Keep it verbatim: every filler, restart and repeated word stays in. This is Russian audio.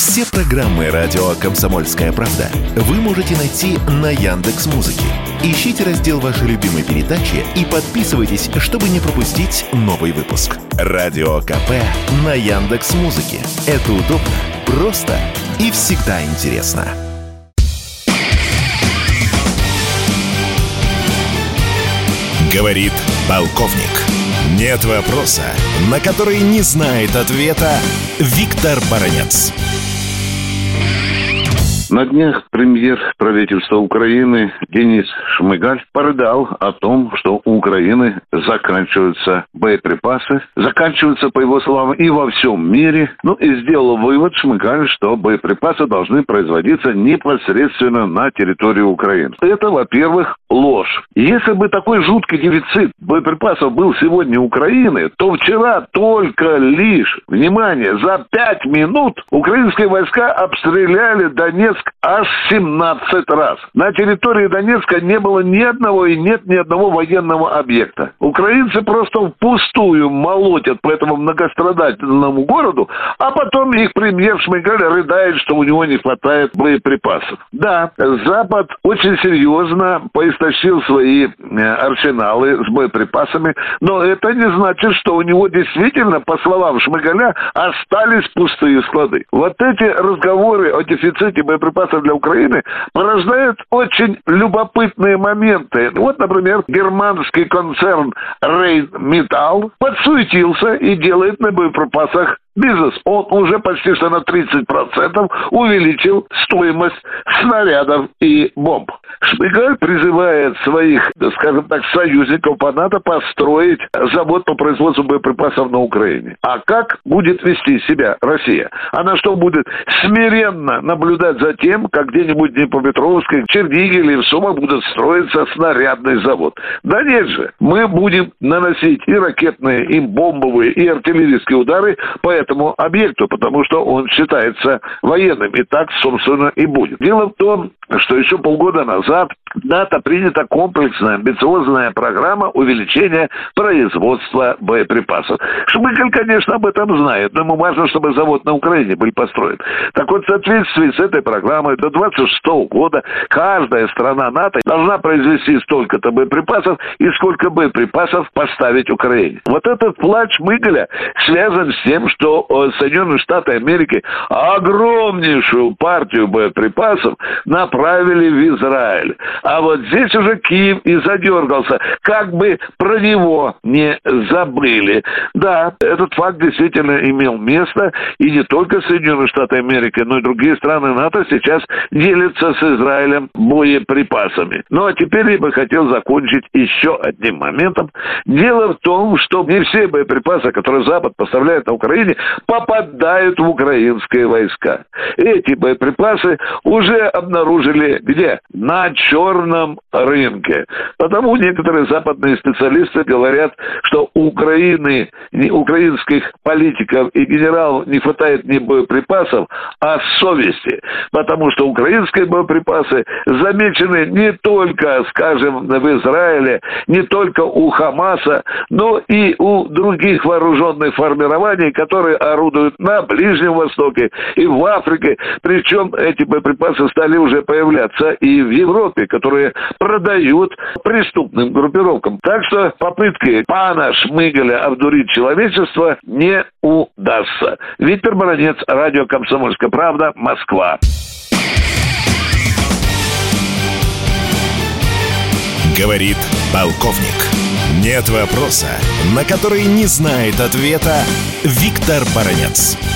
Все программы радио «Комсомольская правда» вы можете найти на Яндекс.Музыке. Ищите раздел вашей любимой передачи и подписывайтесь, чтобы не пропустить новый выпуск. Радио КП на Яндекс.Музыке. Это удобно, просто и всегда интересно. Говорит полковник. Нет вопроса, на который не знает ответа Виктор Баранец. На днях премьер правительства Украины Денис Шмыгаль порыдал о том, что у Украины заканчиваются боеприпасы, заканчиваются, по его словам, и во всем мире. Ну и сделал вывод Шмыгаль, что боеприпасы должны производиться непосредственно на территории Украины. Это, во-первых, ложь. Если бы такой жуткий дефицит боеприпасов был сегодня у Украины, то вчера только лишь, внимание, за пять минут украинские войска обстреляли Донецк аж семнадцать раз. На территории Донецка не было ни одного и нет ни одного военного объекта. Украинцы просто впустую молотят по этому многострадательному городу, а потом их премьер Шмыгаль рыдает, что у него не хватает боеприпасов. Да, Запад очень серьезно поистощил свои арсеналы с боеприпасами, но это не значит, что у него действительно, по словам Шмыгаля, остались пустые склады. Вот эти разговоры о дефиците боеприпасов для Украины порождают очень любопытные моменты. Вот, например, германский концерн Rheinmetall подсуетился и делает на боеприпасах бизнес. Он уже почти что на тридцать процентов увеличил стоимость снарядов и бомб. Шмыгаль призывает своих, скажем так, союзников по НАТО построить завод по производству боеприпасов на Украине. А как будет вести себя Россия? Она что, будет смиренно наблюдать за тем, как где-нибудь в Днепропетровске, в Чернигове или в Сумах будут строиться снарядный завод? Да нет же. Мы будем наносить и ракетные, и бомбовые, и артиллерийские удары по этому объекту, потому что он считается военным. И так, собственно, и будет. Дело в том, что еще полгода назад НАТО принята комплексная, амбициозная программа увеличения производства боеприпасов. Шмыгаль, конечно, об этом знает, но ему важно, чтобы завод на Украине был построен. Так вот, в соответствии с этой программой до двадцать шестого года каждая страна НАТО должна произвести столько-то боеприпасов и сколько боеприпасов поставить Украине. Вот этот план Шмыгаля связан с тем, что Соединенные Штаты Америки огромнейшую партию боеприпасов направили в Израиль. А вот здесь уже Киев и задергался, как бы про него не забыли. Да, этот факт действительно имел место, и не только Соединенные Штаты Америки, но и другие страны НАТО сейчас делятся с Израилем боеприпасами. Ну а теперь я бы хотел закончить еще одним моментом. Дело в том, что не все боеприпасы, которые Запад поставляет на Украине, попадают в украинские войска. Эти боеприпасы уже обнаружили где? На черном рынке. Потому некоторые западные специалисты говорят, что у Украины, украинских политиков и генералов не хватает не боеприпасов, а совести. Потому что украинские боеприпасы замечены не только, скажем, в Израиле, не только у Хамаса, но и у других вооруженных формирований, которые орудуют на Ближнем Востоке и в Африке. Причем эти боеприпасы стали уже появляться и в Европе, которые продают преступным группировкам. Так что попытки пана Шмыгаля обдурить человечество не удастся. Виктор Баранец, радио «Комсомольская правда», Москва. Говорит полковник. Нет вопроса, на который не знает ответа Виктор Баранец.